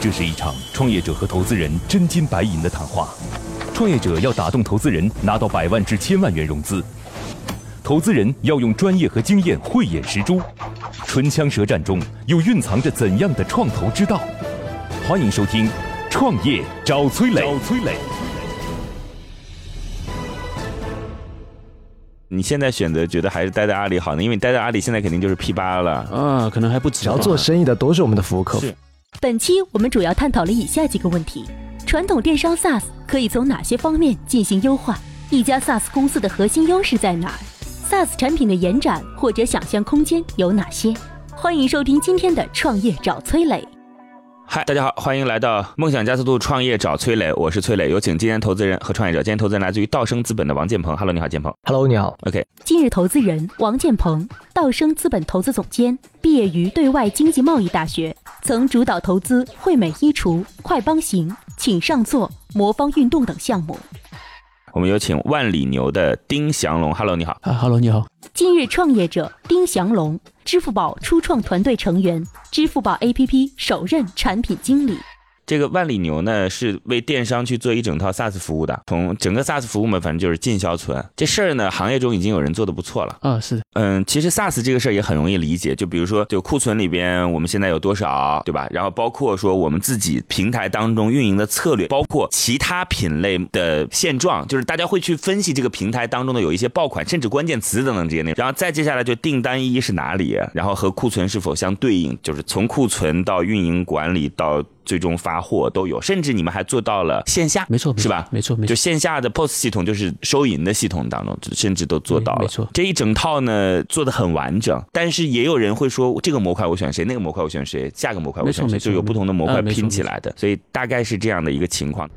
这是一场创业者和投资人真金白银的谈话。创业者要打动投资人，拿到100万至1000万元融资；投资人要用专业和经验慧眼识珠。唇枪舌战中，又蕴藏着怎样的创投之道？欢迎收听《创业找崔磊》。 你现在选择觉得还是待在阿里好呢？因为你待在阿里现在肯定就是P8了可能还不止。 只要做生意的都是我们的服务客户。 本期我们主要探讨了以下几个问题：传统电商 SaaS 可以从哪些方面进行优化？一家 SaaS 公司的核心优势在哪儿？ SaaS 产品的延展或者想象空间有哪些？欢迎收听今天的创业找崔磊。 嗨，大家好，欢迎来到梦想加速度创业找崔磊，我是崔磊，有请今天投资人和创业者。今天投资人来自于道生资本的王建鹏。 Hello， 你好建鹏。 Hello， 你好。 OK。 今日投资人王建鹏，道生资本投资总监，毕业于对外经济贸易大学，曾主导投资惠美衣橱、快帮行、请上座、魔方运动等项目。 我们有请万里牛的丁祥龙。 Hello， 你好。 Hello， 你好。 今日创业者丁祥龙，支付宝初创团队成员，支付宝 APP 首任产品经理。 这个万里牛呢，是为电商去做一整套 SaaS 服务的。从整个 SaaS 服务嘛，反正就是进销存这事儿呢，行业中已经有人做得不错了。 是的。 其实 SaaS 这个事儿也很容易理解，就比如说，就库存里边我们现在有多少，对吧？然后包括说我们自己平台当中运营的策略，包括其他品类的现状，就是大家会去分析这个平台当中的有一些爆款，甚至关键词等等这些内容。然后再接下来就订单一是哪里，然后和库存是否相对应，就是从库存到运营管理到最终发货都有，甚至你们还做到了线下， 没错， 是吧？ 没错， 就线下的 POS 系统，就是收银的系统当中，甚至都做到了。 没错， 这一整套呢做得很完整，但是也有人会说，这个模块我选谁，那个模块我选谁，下个模块我选谁，就有不同的模块拼起来的，所以大概是这样的一个情况。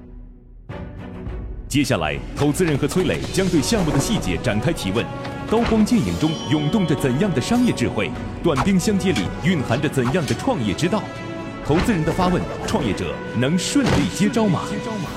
接下来，投资人和崔磊将对项目的细节展开提问。刀光剑影中涌动着怎样的商业智慧？短兵相接里蕴含着怎样的创业之道？投资人的发问，创业者能顺利接招吗？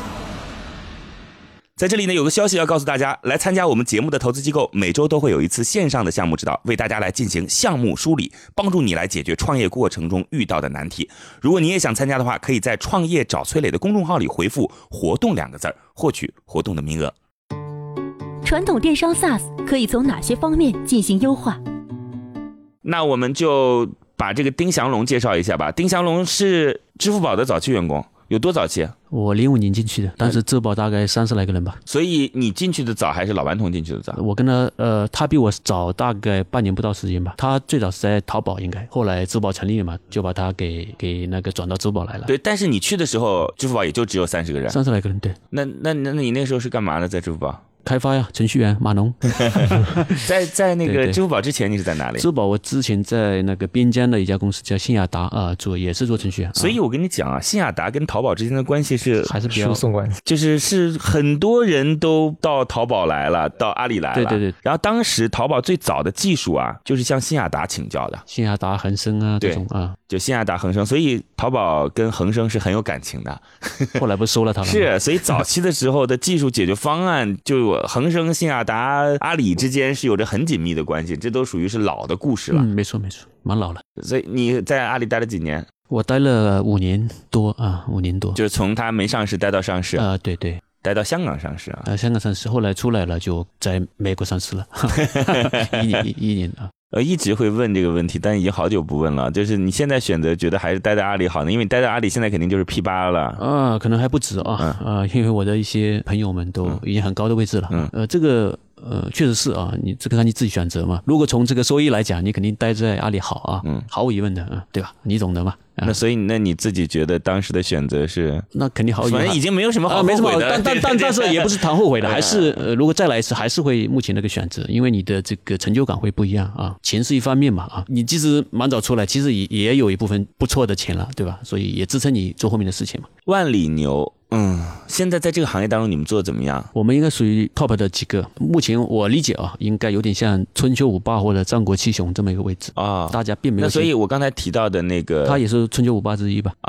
在这里呢，有个消息要告诉大家，来参加我们节目的投资机构每周都会有一次线上的项目指导，为大家来进行项目梳理，帮助你来解决创业过程中遇到的难题。如果你也想参加的话，可以在创业找崔磊的公众号里回复活动2个字，获取活动的名额。 传统电商 SaaS 可以从哪些方面进行优化？ 那我们就把这个丁祥龙介绍一下吧。丁祥龙是支付宝的早期员工，有多早期？ 我05年进去的，当时支付宝大概30来个人吧。 所以你进去的早还是老顽童进去的早？ 我跟他他比我早大概半年不到时间吧。他最早是在淘宝，应该后来支付宝成立了嘛，就把他给那个转到支付宝来了。 对，但是你去的时候，支付宝也就只有30个人。 30来个人，对。 那你那时候是干嘛呢？在支付宝？ 开发呀，程序员码农。 在那个支付宝之前你是在哪里？ 支付宝我之前在那个边疆的一家公司叫信雅达也是做程序员。 所以我跟你讲啊，信雅达跟淘宝之间的关系是还是比较输送关系， 就是很多人都到淘宝来了，到阿里来了。对。然后当时淘宝最早的技术啊，就是向信雅达请教的， 信雅达、恒生啊这种啊。 就信雅达、恒生，所以淘宝跟恒生是很有感情的。 后来不收了他们？ 是，所以早期的时候的技术解决方案，就恒生、信雅达、阿里之间是有着很紧密的关系，这都属于是老的故事了。 没错，蛮老了。 所以你在阿里待了几年？ 我待了5年多5年多， 就是从他没上市待到上市。 对。 待到香港上市香港上市，后来出来了就在美国上市了。一年一直会问这个问题，但已经好久不问了。就是你现在选择觉得还是待在阿里好呢？因为待在阿里现在肯定就是P8了。 可能还不止因为我的一些朋友们都已经很高的位置了。这个确实是你这个看你自己选择嘛。如果从这个收益来讲，你肯定待在阿里好毫无疑问的对吧？你懂的嘛。 那所以那你自己觉得当时的选择是？ 那肯定毫无疑问， 反正已经没有什么好后悔的。 但是也不是谈后悔的，还是如果再来一次，还是会目前那个选择，因为你的这个成就感会不一样钱是一方面嘛你即使蛮早出来，其实也有一部分不错的钱了，对吧？所以也支撑你做后面的事情嘛。 万里牛。现在在这个行业当中，你们做的怎么样？ 我们应该属于 top 的几个。目前我理解应该有点像春秋五霸或者战国七雄这么一个位置大家并没有。 那所以我刚才提到的那个， 他也是春秋五霸之一吧？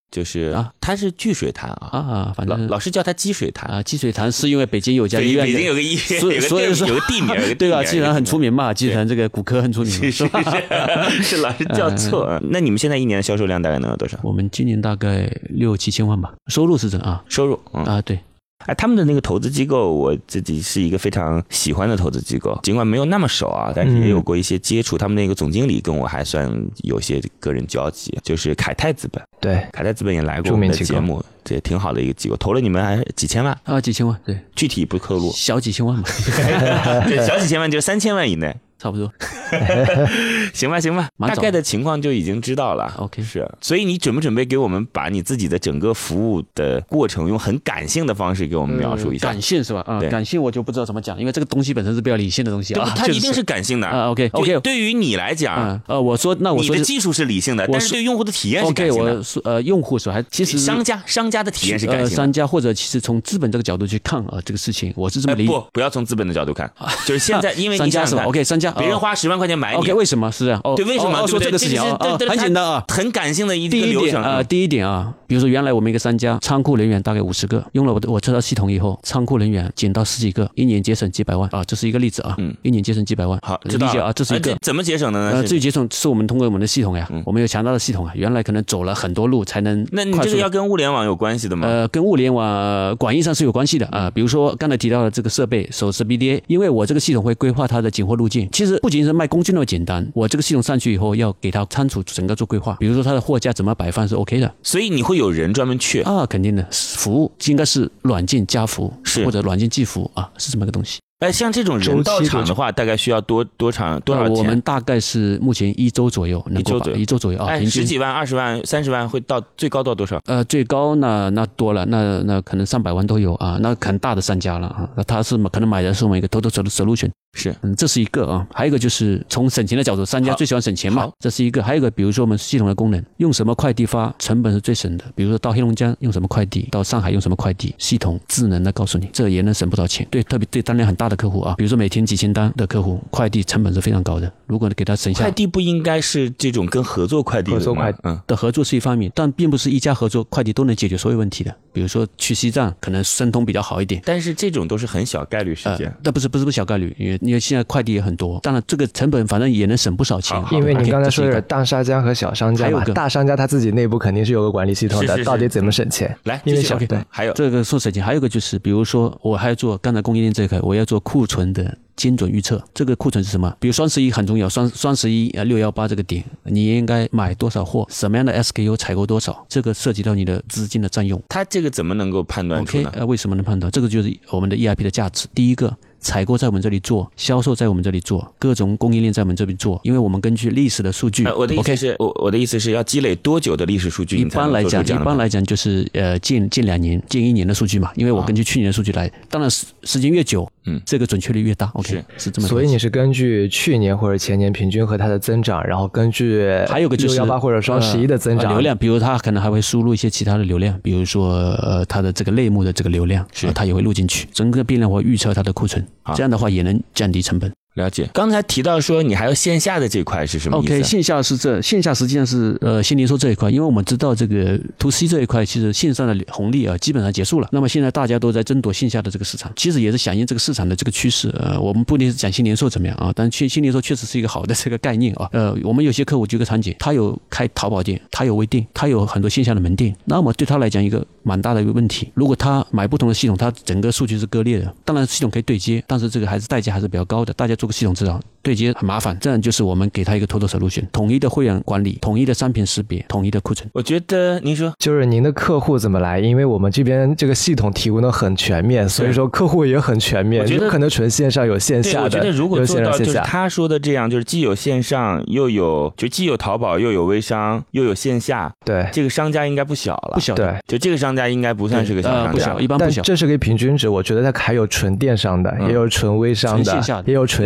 就是它是聚水潭反正老师叫它积水潭积水潭是因为北京有家医院， 北京有个医院， 所以有个地名， 对吧？积水潭很出名嘛，积水潭这个骨科很出名， 是老师叫错。那你们现在一年的销售量大概能有多少？ 我们今年大概6、7千万吧，收入是这收入对。 他们的那个投资机构，我自己是一个非常喜欢的投资机构，尽管没有那么熟但是也有过一些接触。他们那个总经理跟我还算有些个人交集，就是凯泰资本。 对， 凯泰资本也来过我们的节目，这也挺好的一个机构，投了你们还几千万几千万，对， 具体不透露， 小几千万吧， 对，小几千万就3000万以内。 差不多行吧，大概的情况就已经知道了。 OK， 是，所以你准不准备给我们把你自己的整个服务的过程用很感性的方式给我们描述一下？ 感性是吧？感性我就不知道怎么讲，因为这个东西本身是比较理性的东西它一定是感性的。 OK， 对于你来讲， 我说你的技术是理性的，但是对用户的体验是感性的。 我说用户说还其实商家的体验是感性的。 商家或者其实从资本这个角度去看这个事情，我是这么理解。 不要从资本的角度看，就是现在因为商家是吧 ？OK， 商家别人花10万块钱买你 ，OK， 为什么是这样？ 对，为什么说这个事情很简单很感性的一个流程。 第一点比如说原来我们一个商家仓库人员大概50个，用了我这套系统以后，仓库人员减到10几个，1年节省几百万这是一个例子1年节省几百万。 好，知道了这是一个怎么节省的呢？ 最节省是我们通过我们的系统我们有强大的系统原来可能走了很多路才能。 那你这个要跟物联网有关系的吗？ 跟物联网广义上是有关系的比如说刚才提到的这个设备手持 BDA， 因为我这个系统会规划它的进货路径，其实不仅是卖工具那么简单，我这个系统上去以后要给它仓储整个做规划，比如说它的货架怎么摆放是 OK 的。 所以你会有人专门去肯定的，服务应该是软件加服务，或者软件计服务是这么个东西。 像这种人到场的话，大概需要多少钱？ 我们大概是目前1周左右能够1周左右 10几万、20万、30万会到最高到多少？ 最高那多了，那可能300万都有那很大的商家了那他是可能买的是我们一个 Total Solution。 是， 这是一个还有一个就是从省钱的角度，商家最喜欢省钱嘛，这是一个。还有一个，比如说我们系统的功能，用什么快递发，成本是最省的。比如说到黑龙江用什么快递，到上海用什么快递，系统智能的告诉你，这也能省不少钱。对，特别对单量很大的客户比如说每天几千单的客户，快递成本是非常高的。如果给他省下， 快递不应该是这种跟合作快递的的合作是一方面，但并不是一家合作快递都能解决所有问题的。比如说去西藏可能申通比较好一点， 但是这种都是很小概率事件。 那不是小概率，因为现在快递也很多，当然这个成本反正也能省不少钱。 因为你刚才说的是大商家和小商家嘛，大商家他自己内部肯定是有个管理系统的，到底怎么省钱？ 来， 因为对，还有这个说省钱，还有一个就是比如说我还要做刚才供应链这一块，我要做库存的精准预测。这个库存是什么？比如双11很重要，双11 618这个点，你应该买多少货，什么样的 SKU 采购多少，这个涉及到你的资金的占用。 它这个怎么能够判断出呢？ 为什么能判断？这个就是我们的 ERP 的价值。第一个，采购在我们这里做，销售在我们这里做，各种供应链在我们这边做，因为我们根据历史的数据。 我的意思是要积累多久的历史数据？ 一般来讲就是近2年、近1年的数据嘛，因为我根据去年的数据来，当然时间越久，这个准确率越大。OK， 是这么。 所以你是根据去年或者前年平均和它的增长，然后根据还有个就是 618或者双11的增长流量，比如它可能还会输入一些其他的流量，比如说它的这个类目的这个流量，它也会录进去，整个变量会预测它的库存。这样的话也能降低成本。 了解。刚才提到说你还有线下的这块是什么意思？ OK， 线下实际上是新零售这一块，因为我们知道这个 To C 这一块其实线上的红利基本上结束了，那么现在大家都在争夺线下的这个市场，其实也是响应这个市场的这个趋势。我们不一定是讲新零售怎么样但新零售确实是一个好的这个概念我们有些客户举个场景，他有开淘宝店，他有微店，他有很多线下的门店，那么对他来讲一个蛮大的一个问题，如果他买不同的系统，他整个数据是割裂的。当然系统可以对接，但是这个代价还是比较高的，大家做个系统知道对接很麻烦，这样就是我们给他一个 Total Solution， 统一的会员管理，统一的商品识别，统一的库存。 我觉得您说就是您的客户怎么来，因为我们这边这个系统提供的很全面，所以说客户也很全面，有可能纯线上有线下的。 我觉得如果做到就是他说的这样，就是既有线上又有，就既有淘宝又有微商又有线下， 对， 这个商家应该不小了， 不小， 对， 就这个商家应该不算是个小商家， 不小，一般不小。 但这是个平均值，我觉得它还有纯电商的，也有纯微商的，也有纯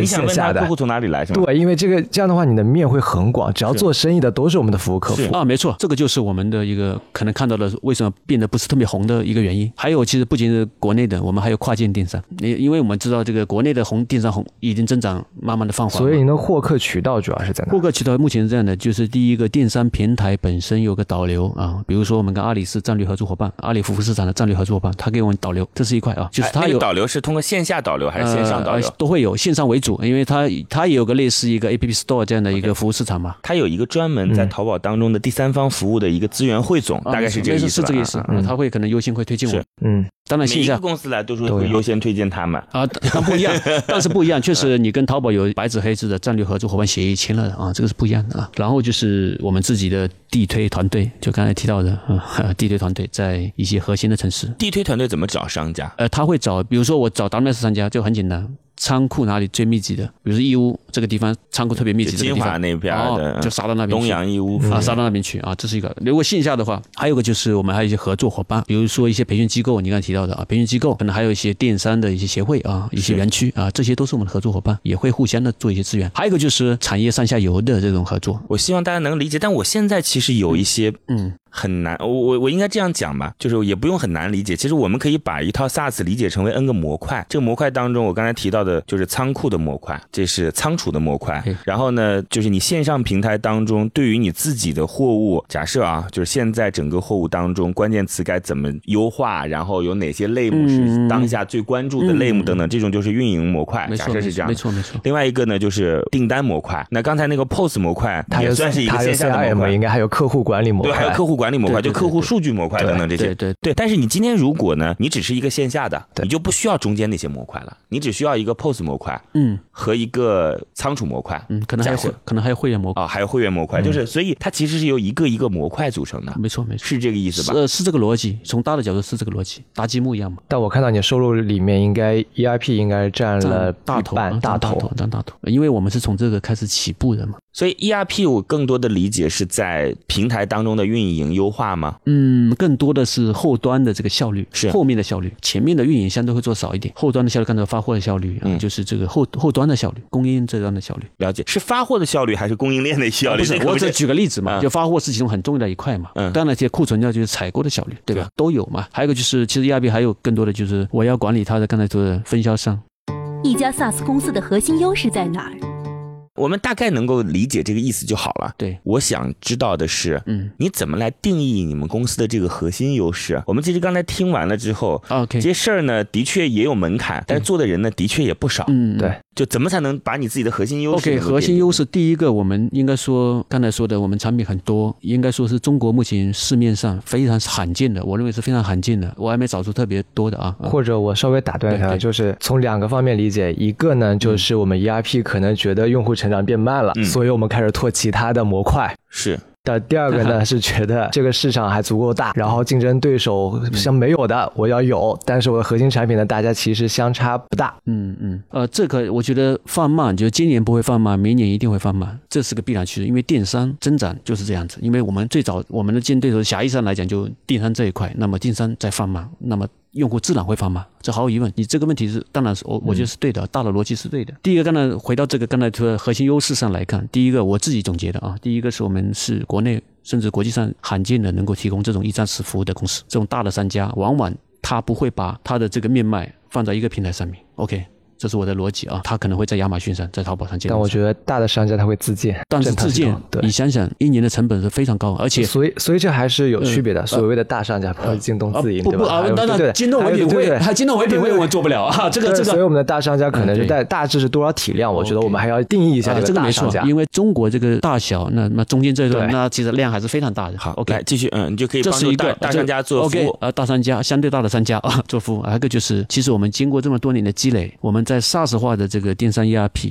是线下的。 客户从哪里来是吗？ 对，因为这样的话，你的面会很广，只要做生意的都是我们的服务客户啊，没错，这个就是我们的一个可能看到的为什么变得不是特别红的一个原因。还有，其实不仅是国内的，我们还有跨境电商，因为我们知道这个国内的电商已经增长慢慢的放缓， 所以您的获客渠道主要是在哪？ 获客渠道目前是这样的，就是第一个，电商平台本身有个导流啊，比如说我们跟阿里是战略合作伙伴，阿里服务市场的战略合作伙伴，他给我们导流，这是一块啊，就是他有、 导流是通过线下导流还是线上导流？ 都会有，线上为主，因为他也有个类似一个 App Store 这样的一个服务市场嘛。 他有一个专门在淘宝当中的第三方服务的一个资源汇总，大概是这个意思吧？ 是这个意思。他会可能优先会推荐我。当然线下每一个公司来都是会优先推荐他们啊，但不一样，但是不一样，确实你跟淘宝有白纸黑字的战略合作伙伴协议签了的啊，这个是不一样的啊。然后就是我们自己的地推团队，就刚才提到的地推团队在一些核心的城市。 地推团队怎么找商家？ 他会找，比如说我找 WMS 商家就很简单。仓库哪里最密集的？比如说义乌这个地方仓库特别密集， 金华那边的， 就杀到那边去。 东阳义乌杀到那边去啊，这是一个。如果线下的话，还有个就是我们还有一些合作伙伴，比如说一些培训机构，你刚才提到的啊，培训机构可能还有一些电商的一些协会啊，一些园区啊，这些都是我们的合作伙伴，也会互相的做一些资源。还有一个就是产业上下游的这种合作。 我希望大家能理解，但我现在其实有一些很难，我应该这样讲吧，就是也不用很难理解。其实我们可以把一套 SaaS 理解成为 N 个模块，这个模块当中，我刚才提到的就是仓库的模块，这是仓储的模块。然后呢，就是你线上平台当中对于你自己的货物，假设啊，就是现在整个货物当中关键词该怎么优化，然后有哪些类目是当下最关注的类目等等，这种就是运营模块。假设是这样， 没错。 另外一个呢，就是订单模块。那刚才那个 POS 模块也算是一个线下的模块， 应该还有客户管理模块， 对，还有客户管理模块，就客户数据模块等等这些。对。但是你今天如果呢，你只是一个线下的，你就不需要中间那些模块了，你只需要一个 POS 模块，和一个仓储模块， 可能还有会员模块啊，还有会员模块，就是所以它其实是由一个一个模块组成的。 没错， 是这个意思吧？ 是这个逻辑，从大的角度是这个逻辑，搭积木一样嘛。 但我看到你收入里面应该 ERP 应该占了大头， 因为我们是从这个开始起步的嘛。 所以 ERP 我更多的理解是在平台当中的运营优化吗？ 更多的是后端的这个效率， 是后面的效率，前面的运营相对会做少一点，后端的效率，刚才发货的效率就是这个后端的效率，供应这端的效率。 了解，是发货的效率还是供应链的效率？ 不是，我只举个例子嘛，就发货是其中很重要的一块嘛。当然，这些库存要就是采购的效率，对吧？都有嘛。还有一个就是，其实 ERP 还有更多的就是我要管理它的刚才说的分销商。 一家 SaaS 公司的核心优势在哪儿？ 我们大概能够理解这个意思就好了。 对， 我想知道的是，你怎么来定义你们公司的这个核心优势？我们其实刚才听完了之后，这些事儿呢，的确也有门槛，但是做的人呢，的确也不少。 对， 就怎么才能把你自己的核心优势？ 核心优势，第一个，我们应该说，刚才说的，我们产品很多，应该说是中国目前市面上非常罕见的，我认为是非常罕见的，我还没找出特别多的啊。 或者我稍微打断一下，就是从2个方面理解，一个呢，就是我们 ERP 可能觉得用户成长变慢了，所以我们开始拓其他的模块。 是。 的第二个呢是觉得这个市场还足够大，然后竞争对手像没有的我要有，但是我的核心产品呢大家其实相差不大。 这个我觉得放慢，就今年不会放慢，明年一定会放慢，这是个必然趋势，因为电商增长就是这样子，因为我们最早我们的竞争对手狭义上来讲就电商这一块，那么电商在放慢，那么用户自然会放慢，这毫无疑问。你这个问题是，当然是我觉得是对的，大的逻辑是对的。第一个，刚才回到这个刚才说的核心优势上来看，第一个我自己总结的啊，第一个是我们是国内甚至国际上罕见的能够提供这种一站式服务的公司，这种大的商家往往他不会把他的这个面卖放在一个平台上面 ，OK。这是我的逻辑啊，他可能会在亚马逊上，在淘宝上建。 但我觉得大的商家他会自建， 但是自建，你想想1年的成本是非常高，而且所以这还是有区别的。所谓的大商家，比如京东自营，对吧？ 当然，京东唯品会，京东唯品会我们做不了啊。这个， 所以我们的大商家可能是大致是多少体量？我觉得我们还要定义一下这个大商家， 因为中国这个大小，那中间这段，那其实量还是非常大的。 好 ，OK， 来继续，你就可以帮助大商家做服务。 大商家相对大的商家啊做服务。还有一个就是，其实我们经过这么多年的积累，我们在 SaaS 化的这个电商 ERP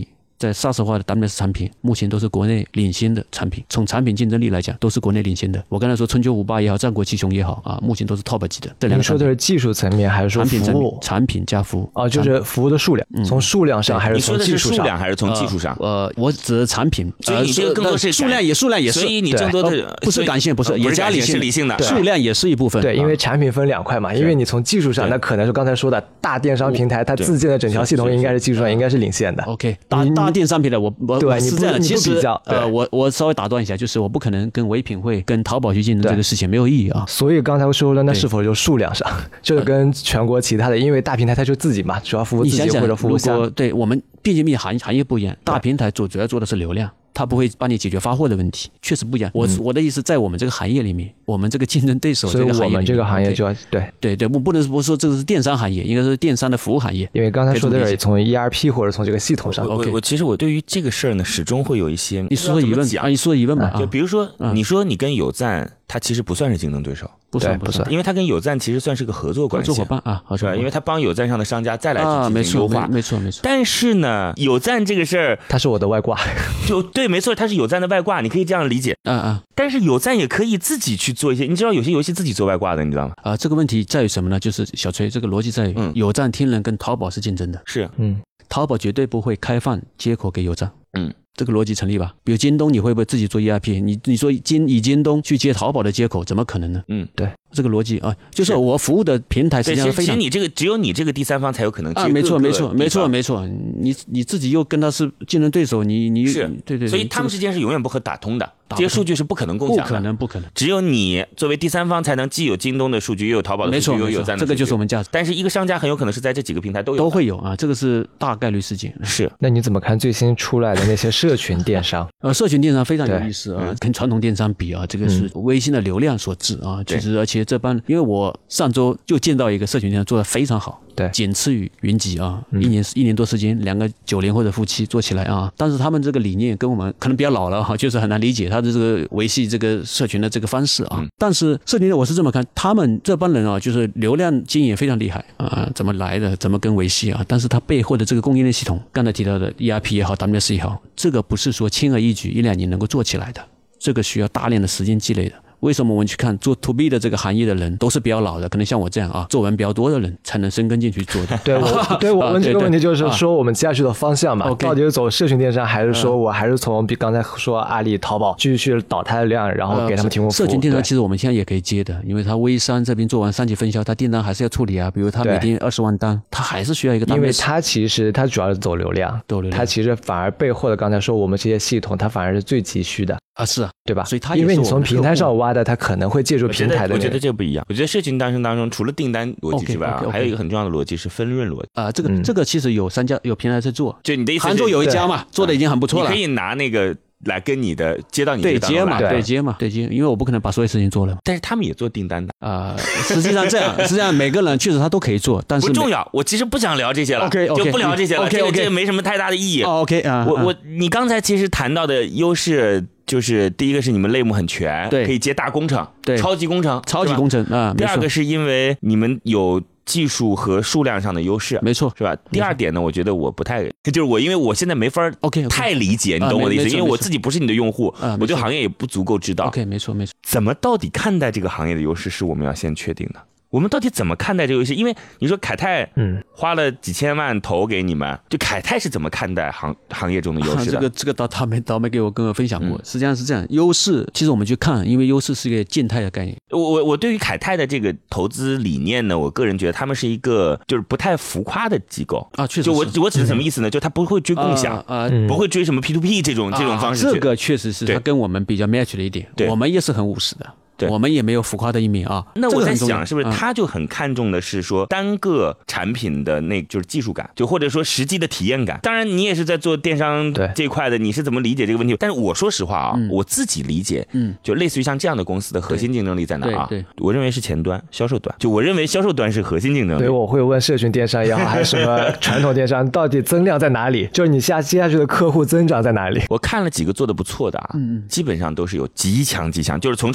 在 SaaS 化的 WMS 产品，目前都是国内领先的产品。从产品竞争力来讲，都是国内领先的。我刚才说春秋五霸也好，战国七雄也好啊，目前都是 top 级的。这两个你说的是技术层面还是说服务？ 产品加服务哦，就是服务的数量，从数量上还是从技术上？ 你说的是数量还是从技术上？ 我指的产品， 所以你这个更多是数量也是， 所以你更多的不是感性，不是也加理性， 是理性的， 数量也是一部分。 对，因为产品分两块嘛，因为你从技术上，那可能是刚才说的大电商平台，它自建的整条系统应该是技术上应该是领先的。 OK， 大电商平台我是这样的，其实我稍微打断一下，就是我不可能跟唯品会跟淘宝去竞争这个事情没有意义啊。 所以刚才说了，那是否就数量上，就是跟全国其他的，因为大平台它就自己嘛，主要服务自己或者服务商。 对我们毕竟行业不一样，大平台主要做的是流量。它不会帮你解决发货的问题，确实不一样。我的意思，在我们这个行业里面，我们这个竞争对手这个行业里面， 所以我们这个行业就要对， 我不能说这个是电商行业，应该是电商的服务行业。 因为刚才说的是从 ERP 或者从这个系统上。 其实我对于这个事儿呢，始终会有一些你说疑问啊，你说疑问吧。 就比如说，你说你跟有赞，它其实不算是竞争对手。 不算， 因为他跟有赞其实算是个合作关系， 合作伙伴啊， 是吧？因为他帮有赞上的商家再来去进行优化， 没错。 但是呢，有赞这个事儿， 它是我的外挂， 对，没错，它是有赞的外挂，你可以这样理解。但是有赞也可以自己去做一些，你知道有些游戏自己做外挂的，你知道吗？ 这个问题在于什么呢？就是小崔，这个逻辑在于，有赞天人跟淘宝是竞争的， 是， 淘宝绝对不会开放接口给有赞，这个逻辑成立吧？比如京东，你会不会自己做 ERP？ 你说以京东去接淘宝的接口，怎么可能呢？ 对， 这个逻辑啊，就是我服务的平台实际上非常。 其实只有你这个第三方才有可能接。 没错，你自己又跟他是竞争对手，你是对， 所以他们之间是永远不可打通的，这些数据是不可能共享的， 不可能， 只有你作为第三方才能既有京东的数据，又有淘宝的数据，又有赞的数据， 这个就是我们价值。 但是一个商家很有可能是在这几个平台都会有啊，这个是大概率事件。 是， 那你怎么看最新出来的那些社群电商？ 社群电商非常有意思啊，跟传统电商比啊，这个是微信的流量所致啊。其实而且这帮，因为我上周就见到一个社群电商做得非常好， 对， 仅次于云集啊，一年多时间，两个90后的夫妻做起来啊，但是他们这个理念跟我们可能比较老了哈，就是很难理解他的这个维系这个社群的这个方式啊。但是社群我是这么看，他们这帮人啊，就是流量经营非常厉害啊，怎么来的，怎么跟维系啊，但是他背后的这个供应链系统，刚才提到的 ERP 也好 WMS 也好，这个不是说轻而易举1-2年能够做起来的，这个需要大量的时间积累的。为什么我们去看做 to B 的这个行业的人都是比较老的，可能像我这样啊，作文比较多的人才能深耕进去做的。 对我问这个问题就是说我们接下去的方向嘛，到底是走社群电商，还是说我还是从比刚才说阿里、淘宝继续去导它的量，然后给他们提供服务？ 社群电商其实我们现在也可以接的，因为它微商这边做完3级分销，它订单还是要处理啊，比如它每天20万单，它还是需要一个单位。 因为它其实它主要是走流量，它其实反而背后的刚才说我们这些系统，它反而是最急需的。 是啊， 对吧？ 所以它因为你从平台上挖的，它可能会借助平台的。 我觉得这不一样。我觉得社群当中除了订单逻辑之外还有一个很重要的逻辑是分润逻辑啊。这个其实有3家有平台在做， 就你的意思， 杭州有一家嘛，做的已经很不错了。 你可以拿那个来跟你的接到你对接嘛，因为我不可能把所有事情做了。 但是他们也做订单的实际上每个人确实他都可以做，但是不重要。我其实不想聊这些了，就不聊这些了。这个没什么太大的意义。你刚才其实谈到的优势。就是第一个是你们类目很全， 对， 可以接大工程， 对， 超级工程啊。 第二个是因为你们有技术和数量上的优势， 没错， 是吧？第二点呢，我觉得我不太，就是因为我现在没法太理解，你懂我的意思？因为我自己不是你的用户，我对行业也不足够知道。 没错。 怎么到底看待这个行业的优势是我们要先确定的。我们到底怎么看待这个游戏？因为你说凯泰，花了几千万投给你们，就凯泰是怎么看待行业中的优势的？ 这个倒没跟我分享过。实际上是这样，优势其实我们去看，因为优势是一个静态的概念。 我对于凯泰的这个投资理念呢，我个人觉得他们是一个就是不太浮夸的机构啊，确实。 就我指的什么意思呢？就他不会追共享不会追什么 P2P 这种方式。 这个确实是他跟我们比较 match 的一点。我们也是很务实的。我们也没有浮夸的一面啊。 那我在想，是不是他就很看重的是说单个产品的就是技术感，就或者说实际的体验感。当然，你也是在做电商这一块的，你是怎么理解这个问题？但是我说实话啊，我自己理解，就类似于像这样的公司的核心竞争力在哪啊？我认为是前端销售端。就我认为销售端是核心竞争力。 所以我会问社群电商也好，还是什么传统电商，到底增量在哪里？就是你接下去的客户增长在哪里？ 我看了几个做的不错的啊，基本上都是有极强，就是从创始人开始。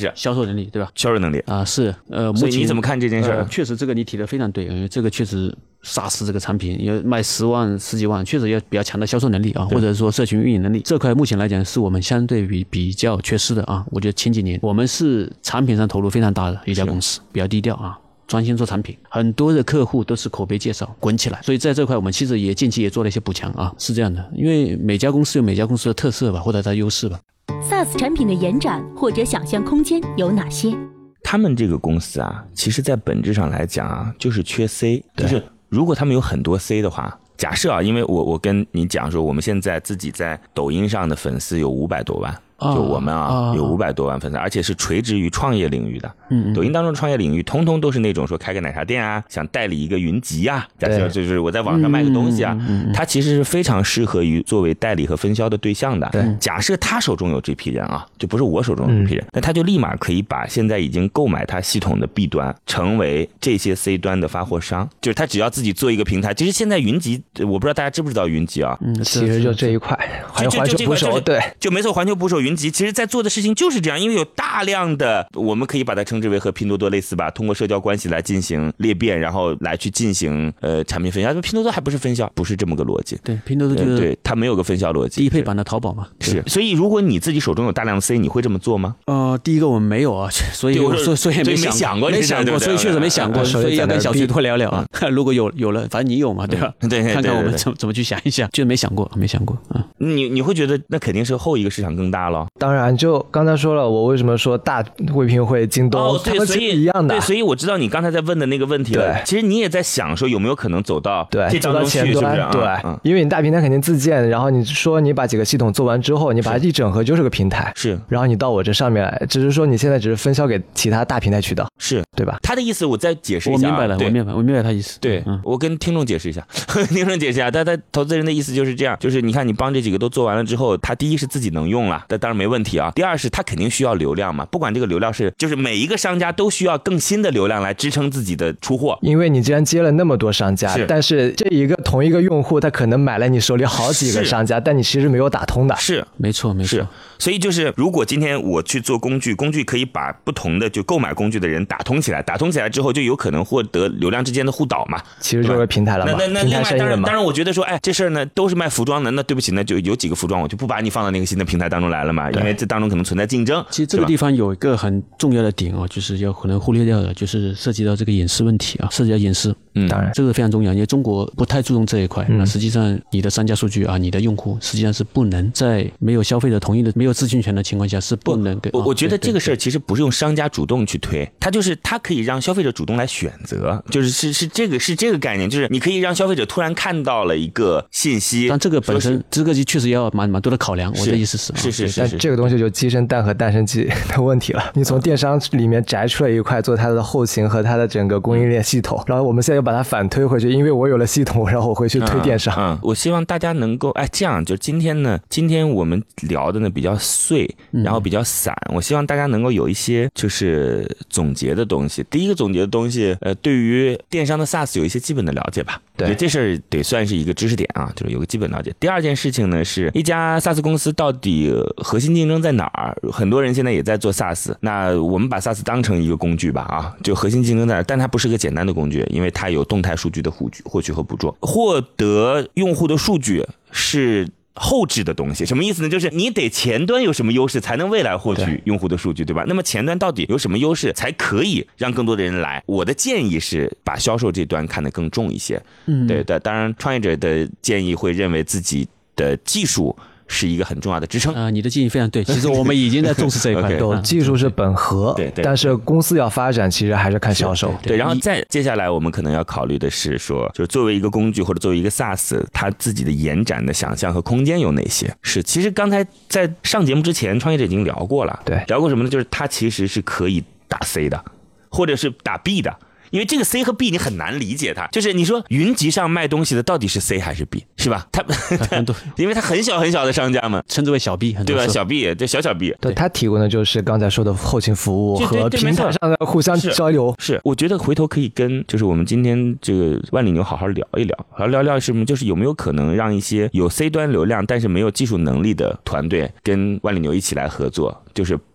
是销售能力，对吧？ 销售能力啊，是所以你怎么看这件事？ 确实，这个你提的非常对，因为这个确实。SaaS 这个产品要卖10万、10几万，确实要比较强的销售能力啊，或者说社群运营能力，这块目前来讲是我们相对比较缺失的啊。我觉得前几年我们是产品上投入非常大的一家公司，比较低调啊，专心做产品，很多的客户都是口碑介绍滚起来，所以在这块我们其实也近期也做了一些补强啊，是这样的，因为每家公司有每家公司的特色吧，或者它的优势吧。 SaaS 产品的延展或者想象空间有哪些？ 他们这个公司啊，其实在本质上来讲啊，就是缺 C， 就是如果他们有很多 C 的话，假设啊，因为我跟你讲说，我们现在自己在抖音上的粉丝有500多万。就我们有500多万粉丝，而且是垂直于创业领域的。抖音当中的创业领域，通通都是那种说开个奶茶店啊，想代理一个云集啊，假设就是我在网上卖个东西啊，它其实是非常适合于作为代理和分销的对象的。假设他手中有这批人啊，就不是我手中有这批人，那他就立马可以把现在已经购买他系统的 B 端，成为这些 C 端的发货商，就是他只要自己做一个平台。其实现在云集，我不知道大家知不知道云集啊？ 其实就这一块，环球捕手，对， 就没错，环球捕手云集，其实在做的事情就是这样，因为有大量的，我们可以把它称之为和拼多多类似吧，通过社交关系来进行裂变，然后来去进行产品分销。拼多多还不是分销，不是这么个逻辑。 对，拼多多就是对它没有个分销逻辑， 低配版的淘宝嘛。 是，所以如果你自己手中有大量的 C， 你会这么做吗？ 第一个我们没有啊，所以也没想过，所以确实没想过，所以要跟小崔多聊聊啊。如果有了，反正你有嘛，对吧？ 对， 看看我们怎么去想一下，就没想过啊。 你会觉得那肯定是后一个市场更大了。 当然，就刚才说了，我为什么说大唯品会、京东，他们是一样的。 对，所以我知道你刚才在问的那个问题了。其实你也在想说有没有可能走到这当中去，是不是？ 对，因为你大平台肯定自建，然后你说你把几个系统做完之后，你把它一整合就是个平台， 是。 然后你到我这上面来，只是说你现在只是分销给其他大平台渠道， 是对吧？ 他的意思我再解释一下， 我明白了，我明白他意思。 对，我跟听众解释一下，他投资人的意思就是这样，就是你看你帮这几个都做完了之后，他第一是自己能用了，但当然没问题啊。第二是他肯定需要流量嘛，不管这个流量是，就是每一个商家都需要更新的流量来支撑自己的出货。 因为你既然接了那么多商家，但是这一个同一个用户他可能买了你手里好几个商家，但你其实没有打通的。 是， 没错。 是，所以就是如果今天我去做工具可以把不同的就购买工具的人打通起来之后就有可能获得流量之间的互导嘛， 其实就是平台了嘛。 那另外当然我觉得说，这事儿呢都是卖服装的，那对不起，那就有几个服装我就不把你放到那个新的平台当中来了嘛，因为这当中可能存在竞争。 其实这个地方有一个很重要的点哦，就是要可能忽略掉的，就是涉及到这个隐私问题啊，涉及到隐私。 当然这个非常重要，因为中国不太注重这一块。那实际上你的商家数据啊，你的用户实际上是不能在没有消费者同意的、没有知情权的情况下是不能给。 我觉得这个事儿其实不是用商家主动去推，它可以让消费者主动来选择，就是这个概念，就是你可以让消费者突然看到了一个信息。 但这个本身这个确实要蛮多的考量，我的意思是。 但这个东西就鸡生蛋和蛋生鸡的问题了。你从电商里面摘出来一块做它的后勤和它的整个供应链系统，然后我们现在又把它反推回去，因为我有了系统，然后我回去推电商。 我希望大家能够这样，就今天我们聊的呢比较碎，然后比较散，我希望大家能够有一些就是总结的东西。第一个总结的东西，对于电商的 SaaS 有一些基本的了解吧。对，这事儿得算是一个知识点啊，就是有个基本了解。第二件事情呢，是一家 SaaS 公司到底核心竞争在哪儿？很多人现在也在做 SaaS， 那我们把 SaaS 当成一个工具吧啊，就核心竞争在哪儿？但它不是个简单的工具，因为它有动态数据的获取和捕捉，获得用户的数据是后置的东西。什么意思呢？就是你得前端有什么优势才能未来获取用户的数据，对吧？那么前端到底有什么优势才可以让更多的人来？我的建议是把销售这端看得更重一些。对，当然创业者的建议会认为自己的技术是一个很重要的支撑你的建议非常对，其实我们已经在重视这一块。 技术是本核，对，但是公司要发展，其实还是看销售。 对，然后再接下来我们可能要考虑的是说，就是作为一个工具或者作为一个 SaaS， 它自己的延展的想象和空间有哪些？其实刚才在上节目之前，创业者已经聊过了。对，聊过什么呢？就是它其实是可以打 C 的，或者是打 B 的。因为这个 C 和 B 你很难理解它，就是你说云集上卖东西的到底是 C 还是 B， 是吧？因为它很小很小的商家嘛， 称之为小 B， 对吧？小 B， 对，小 B。 对，他提供的就是刚才说的后勤服务和平台上的互相交流。 是，我觉得回头可以跟就是我们今天这个万里牛好好聊一聊，聊什么？就是有没有可能让一些有 C 端流量但是没有技术能力的团队跟万里牛一起来合作，就是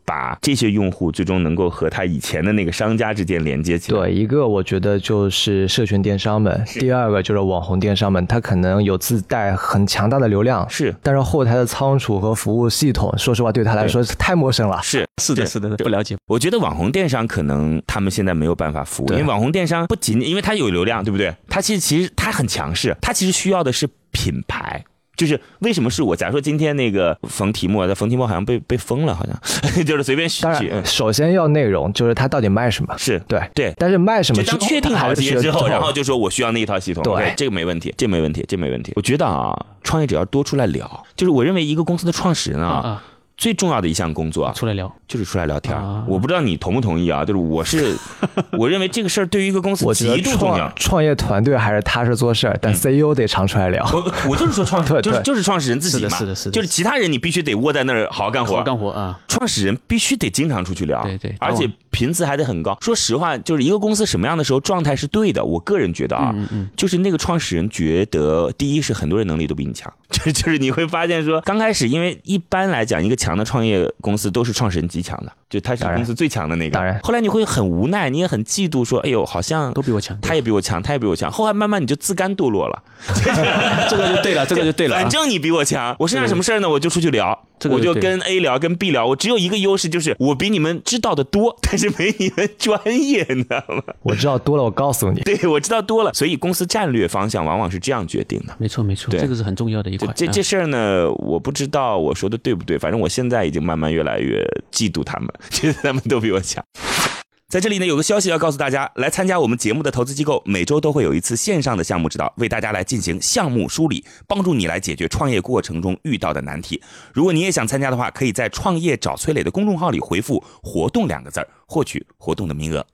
把这些用户最终能够和他以前的那个商家之间连接起来？ 对，一个我觉得就是社群电商们，第二个就是网红电商们，他可能有自带很强大的流量， 是， 但是后台的仓储和服务系统，说实话对他来说太陌生了。 是的，不了解。 我觉得网红电商可能他们现在没有办法服务，因为网红电商不仅因为它有流量，对不对？它其实它很强势，它其实需要的是品牌。就是为什么是我？假如说今天那个冯提莫好像被封了，好像就是随便当然，首先要内容，就是他到底卖什么？ 是对，但是卖什么？ 就当确定好这些之后，然后就说我需要那一套系统。对，这个没问题，这没问题。我觉得啊，创业者要多出来聊。就是我认为一个公司的创始人啊。最重要的一项工作出来聊， 就是出来聊天。我不知道你同不同意啊？就是我认为这个事儿对于一个公司极度重要。 创业团队还是踏实做事儿，但 CEO 得常出来聊。 我就是说就是创始人自己嘛， 是的， 就是其他人你必须得窝在那儿好好干活啊。 创始人必须得经常出去聊， 对， 而且频次还得很高。说实话，就是一个公司什么样的时候状态是对的，我个人觉得啊，就是那个创始人觉得，第一是很多人能力都比你强，就是你会发现说，刚开始因为一般来讲，一个强的创业公司都是创始人极强的，就他是公司最强的那个。 当然， 后来你会很无奈，你也很嫉妒，说，哎呦，好像都比我强， 他也比我强。后来慢慢你就自甘堕落了， 这个就对了。 反正你比我强，我身上什么事儿呢？我就出去聊，我就跟 A 聊，跟 B 聊。我只有一个优势，就是我比你们知道的多，但是没你们专业，你知道吗？ 我知道多了，我告诉你。 对，我知道多了，所以公司战略方向往往是这样决定的。 没错，这个是很重要的一块。 这事儿呢，我不知道我说的对不对，反正我现在已经慢慢越来越嫉妒他们，觉得他们都比我强。在这里呢，有个消息要告诉大家，来参加我们节目的投资机构每周都会有一次线上的项目指导，为大家来进行项目梳理，帮助你来解决创业过程中遇到的难题。如果你也想参加的话，可以在创业找崔磊的公众号里回复活动2个字，获取活动的名额。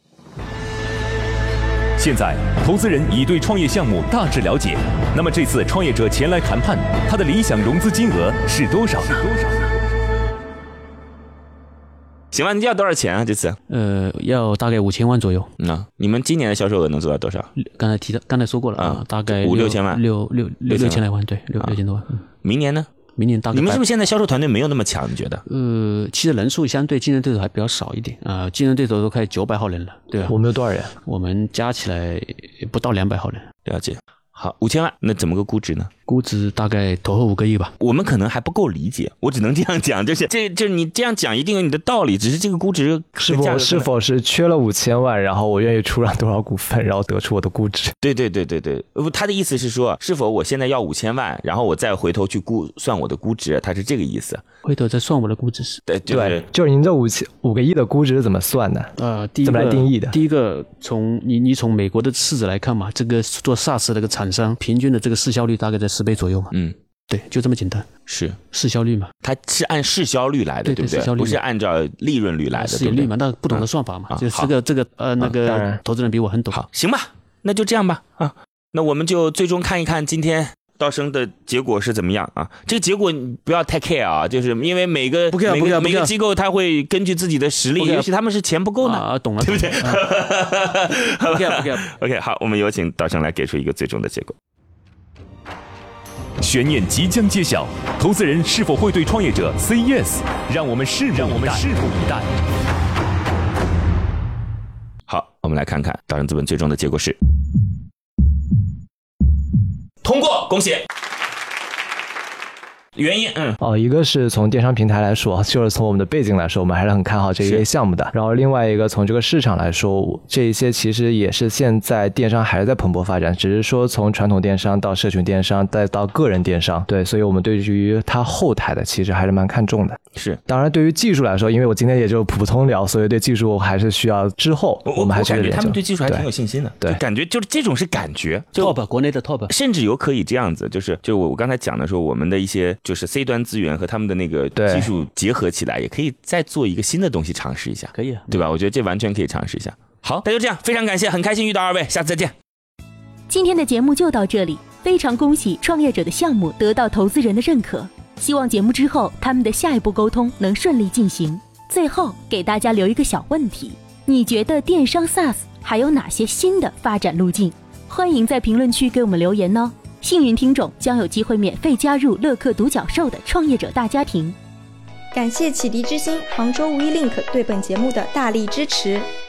现在投资人已对创业项目大致了解，那么这次创业者前来谈判，他的理想融资金额是多少？ 行吧，你要多少钱啊？这次要大概5000万左右。 你们今年的销售额能做到多少？ 刚才说过了啊，大概 5-6千万 ，6千来万，对，6000多万。 明年呢？ 明年大概你们是不是现在销售团队没有那么强？你觉得？ 其实人数相对竞争对手还比较少一点啊，竞争对手都快900号人了，对吧？ 我们有多少人？ 我们加起来不到200号人。 了解。好，5000万，那怎么个估值呢？ 估值大概投后5个亿吧。 我们可能还不够理解，我只能这样讲，就是你这样讲一定有你的道理，只是这个估值是否是缺了5000万，然后我愿意出让多少股份，然后得出我的估值？ 对，他的意思是说，是否我现在要5000万，然后我再回头去算我的估值，他是这个意思。 回头再算我的估值是？ 对，就是您这5个亿的估值是怎么算的？怎么来定义的？ 第一个，你从美国的市值来看嘛，这个做 SaaS 的这个厂商平均的这个市销率大概在10倍左右嘛。对，就这么简单， 是市销率嘛？ 它是按市销率来的，对不对？不是按照利润率来的， 市盈率嘛？那不同的算法嘛？就是这个那个投资人比我很懂。 好，行吧，那就这样吧啊，那我们就最终看一看今天道生的结果是怎么样啊？这个结果你不要太 care 啊，就是因为每个机构他会根据自己的实力，也许他们是钱不够呢， 懂了， 对不对？ 不 care OK， 好，我们有请道生来给出一个最终的结果。 悬念即将揭晓，投资人是否会对创业者 say yes？ 让我们拭目以待。 好，我们来看看道生资本最终的结果是通过，恭喜。原因一个是从电商平台来说，就是从我们的背景来说，我们还是很看好这一类项目的。然后另外一个从这个市场来说，这一些其实也是现在电商还是在蓬勃发展，只是说从传统电商到社群电商再到个人电商，对，所以我们对于它后台的其实还是蛮看重的。 是， 当然对于技术来说，因为我今天也就普通聊，所以对技术还是需要之后我们还是感觉他们对技术还挺有信心的， 对， 感觉就是这种是感觉 top 国内的 top， 甚至有可以这样子，就是我刚才讲的时候，我们的一些就是 C 端资源和他们的那个技术结合起来，也可以再做一个新的东西尝试一下， 可以， 对吧？我觉得这完全可以尝试一下。好，那就这样，非常感谢，很开心遇到二位，下次再见。 今天的节目就到这里，非常恭喜创业者的项目得到投资人的认可，希望节目之后他们的下一步沟通能顺利进行。最后给大家留一个小问题，你觉得电商 SaaS 还有哪些新的发展路径？欢迎在评论区给我们留言哦，幸运听众将有机会免费加入乐客独角兽的创业者大家庭。 感谢启迪之星、杭州无一 link 对本节目的大力支持。